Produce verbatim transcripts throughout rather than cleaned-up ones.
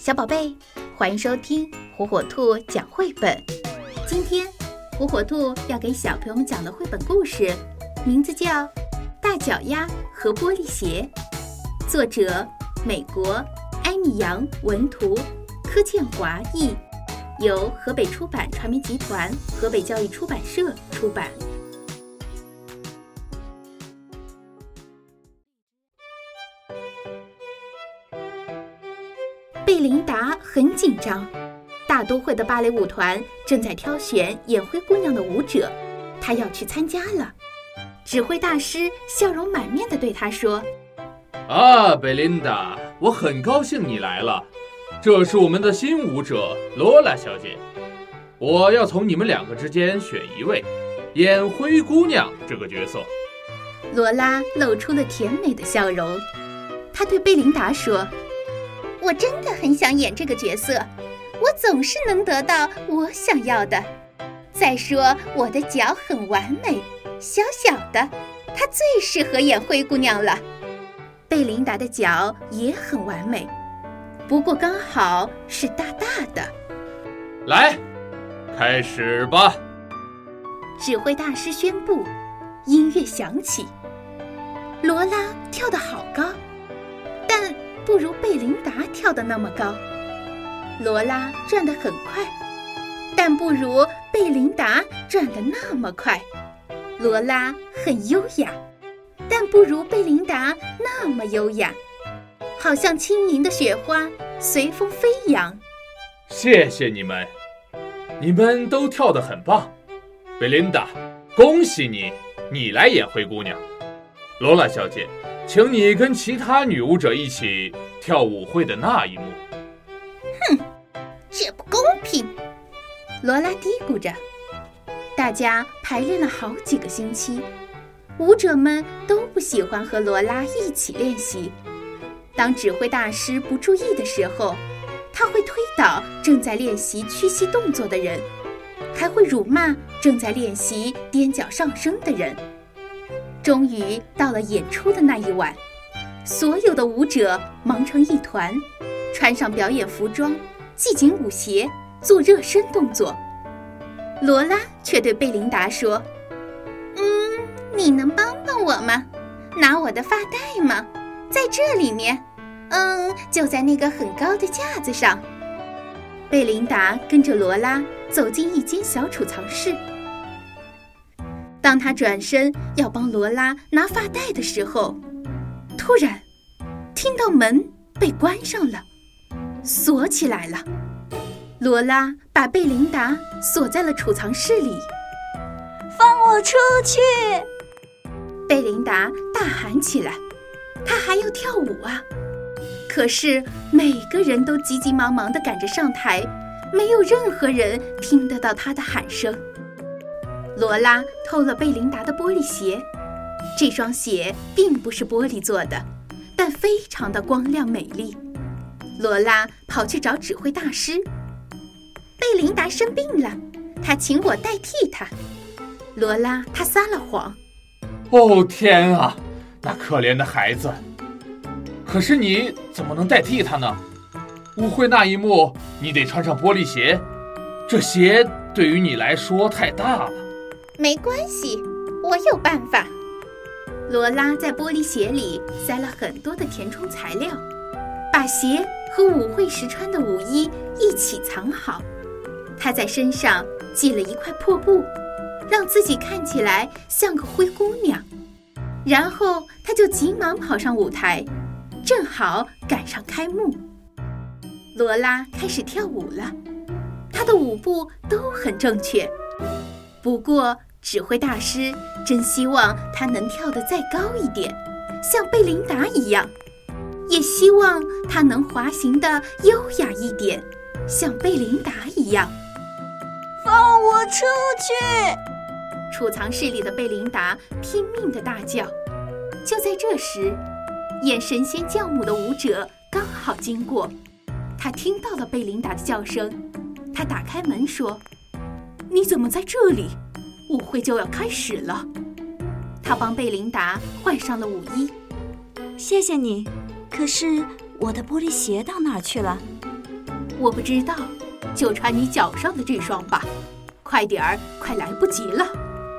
小宝贝，欢迎收听火火兔讲绘本。今天火火兔要给小朋友们讲的绘本故事名字叫《大脚丫和玻璃鞋》，作者美国埃米扬文图，柯建华译，由河北出版传媒集团、河北教育出版社出版。贝琳达很紧张，大都会的芭蕾舞团正在挑选演灰姑娘的舞者，她要去参加了。指挥大师笑容满面地对她说： 啊，贝琳达，我很高兴你来了。这是我们的新舞者罗拉小姐，我要从你们两个之间选一位，演灰姑娘这个角色。 罗拉露出了甜美的笑容，她对贝琳达说：我真的很想演这个角色，我总是能得到我想要的。再说我的脚很完美，小小的，它最适合演灰姑娘了。贝琳达的脚也很完美，不过刚好是大大的。 来，开始吧！ 指挥大师宣布，音乐响起。罗拉跳得好高，但不如贝琳达跳得那么高。罗拉转得很快，但不如贝琳达转得那么快。罗拉很优雅，但不如贝琳达那么优雅，好像轻盈的雪花随风飞扬。 谢谢你们，你们都跳得很棒。贝琳达，恭喜你，你来演灰姑娘。罗拉小姐，请你跟其他女舞者一起跳舞会的那一幕。 哼，这不公平！罗拉嘀咕着。大家排练了好几个星期，舞者们都不喜欢和罗拉一起练习。当指挥大师不注意的时候，他会推倒正在练习屈膝动作的人，还会辱骂正在练习踮脚上升的人。终于到了演出的那一晚，所有的舞者忙成一团，穿上表演服装，系紧舞鞋，做热身动作。罗拉却对贝琳达说：嗯，你能帮帮我吗？拿我的发带吗？在这里面，嗯，就在那个很高的架子上。贝琳达跟着罗拉走进一间小储藏室。当他转身要帮罗拉拿发带的时候，突然听到门被关上了，锁起来了。罗拉把贝琳达锁在了储藏室里。 放我出去！ 贝琳达大喊起来，她还要跳舞啊！可是每个人都急急忙忙地赶着上台，没有任何人听得到她的喊声。罗拉偷了贝琳达的玻璃鞋，这双鞋并不是玻璃做的，但非常的光亮美丽。罗拉跑去找指挥大师。贝琳达生病了，她请我代替她。罗拉她撒了谎。 哦天啊，那可怜的孩子！可是你怎么能代替她呢？舞会那一幕，你得穿上玻璃鞋，这鞋对于你来说太大了。 没关系，我有办法。罗拉在玻璃鞋里塞了很多的填充材料，把鞋和舞会时穿的舞衣一起藏好。她在身上系了一块破布，让自己看起来像个灰姑娘。然后她就急忙跑上舞台，正好赶上开幕。罗拉开始跳舞了，她的舞步都很正确。不过指挥大师真希望她能跳得再高一点，像贝琳达一样，也希望她能滑行得优雅一点，像贝琳达一样。 放我出去！ 储藏室里的贝琳达拼命地大叫。就在这时，演神仙教母的舞者刚好经过，他听到了贝琳达的叫声，他打开门说：你怎么在这里？舞会就要开始了。他帮贝琳达换上了舞衣。 谢谢你，可是我的玻璃鞋到哪儿去了？ 我不知道，就穿你脚上的这双吧。快点儿，快来不及了。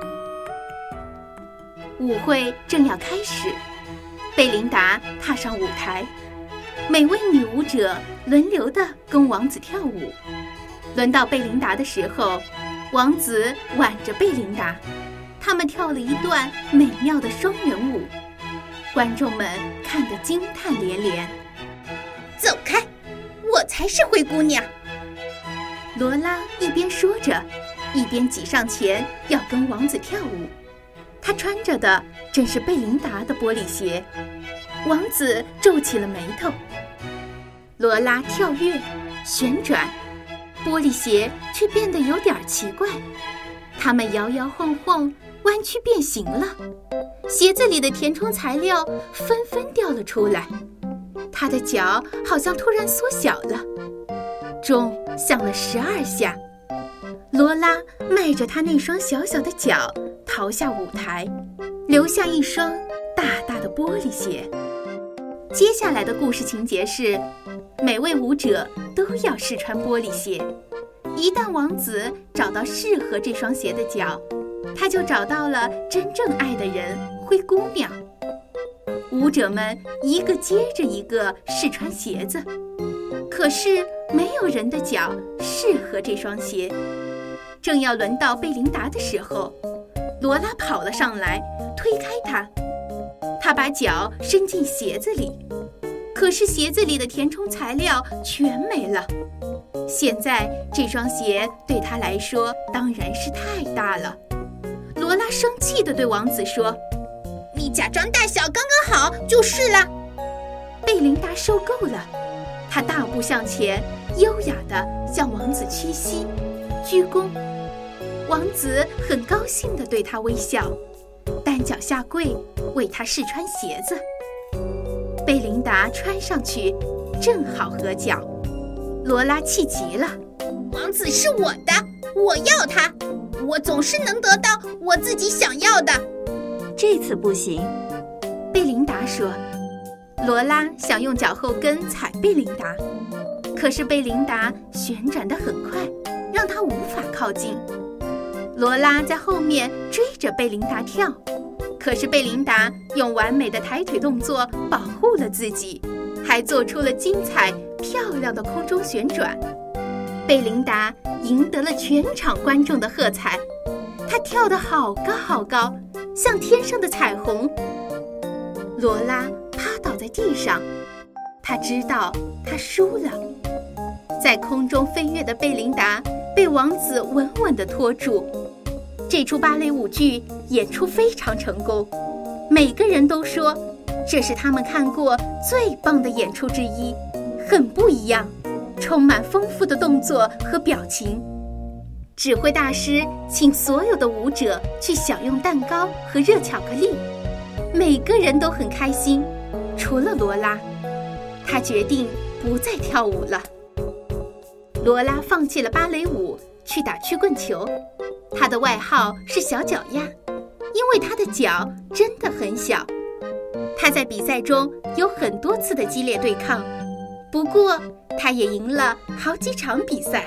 舞会正要开始，贝琳达踏上舞台，每位女舞者轮流地跟王子跳舞。轮到贝琳达的时候，王子挽着贝琳达，他们跳了一段美妙的双人舞，观众们看得惊叹连连。 走开，我才是灰姑娘！ 罗拉一边说着，一边挤上前要跟王子跳舞。她穿着的正是贝琳达的玻璃鞋。王子皱起了眉头。罗拉跳跃旋转，玻璃鞋却变得有点奇怪，它们摇摇晃晃，弯曲变形了，鞋子里的填充材料纷纷掉了出来，她的脚好像突然缩小了。钟响了十二下，罗拉迈着她那双小小的脚逃下舞台，留下一双大大的玻璃鞋。接下来的故事情节是，每位舞者都要试穿玻璃鞋。一旦王子找到适合这双鞋的脚，他就找到了真正爱的人——灰姑娘。舞者们一个接着一个试穿鞋子，可是没有人的脚适合这双鞋。正要轮到贝琳达的时候，罗拉跑了上来，推开她。她把脚伸进鞋子里，可是鞋子里的填充材料全没了。现在这双鞋对她来说当然是太大了。罗拉生气地对王子说：“ 你假装大小刚刚好就是了。” 贝琳达受够了，她大步向前，优雅地向王子屈膝鞠躬。王子很高兴地对她微笑，单脚下跪为她试穿鞋子。贝琳达穿上去正好合脚。罗拉气极了：“ 王子是我的，我要他，我总是能得到我自己想要的。” 这次不行， 贝琳达说。罗拉想用脚后跟踩贝琳达，可是贝琳达旋转得很快，让她无法靠近。罗拉在后面追着贝琳达跳，可是贝琳达用完美的抬腿动作保护了自己，还做出了精彩漂亮的空中旋转。贝琳达赢得了全场观众的喝彩，她跳得好高好高，像天上的彩虹。罗拉趴倒在地上，她知道她输了。在空中飞跃的贝琳达被王子稳稳地拖住。这出芭蕾舞剧演出非常成功，每个人都说这是他们看过最棒的演出之一，很不一样，充满丰富的动作和表情。指挥大师请所有的舞者去享用蛋糕和热巧克力，每个人都很开心，除了罗拉，她决定不再跳舞了。罗拉放弃了芭蕾舞，去打曲棍球。她的外号是小脚丫，因为她的脚真的很小。她在比赛中有很多次的激烈对抗，不过她也赢了好几场比赛。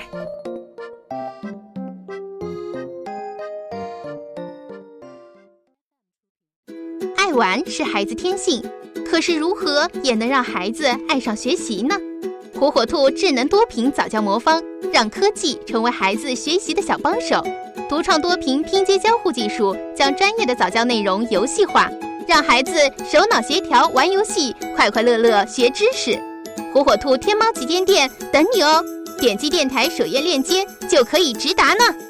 爱玩是孩子天性，可是如何也能让孩子爱上学习呢？火火兔智能多屏早教魔方，让科技成为孩子学习的小帮手。独创多屏拼接交互技术，将专业的早教内容游戏化，让孩子手脑协调玩游戏，快快乐乐学知识。火火兔天猫旗舰店等你哦！点击电台首页链接就可以直达呢。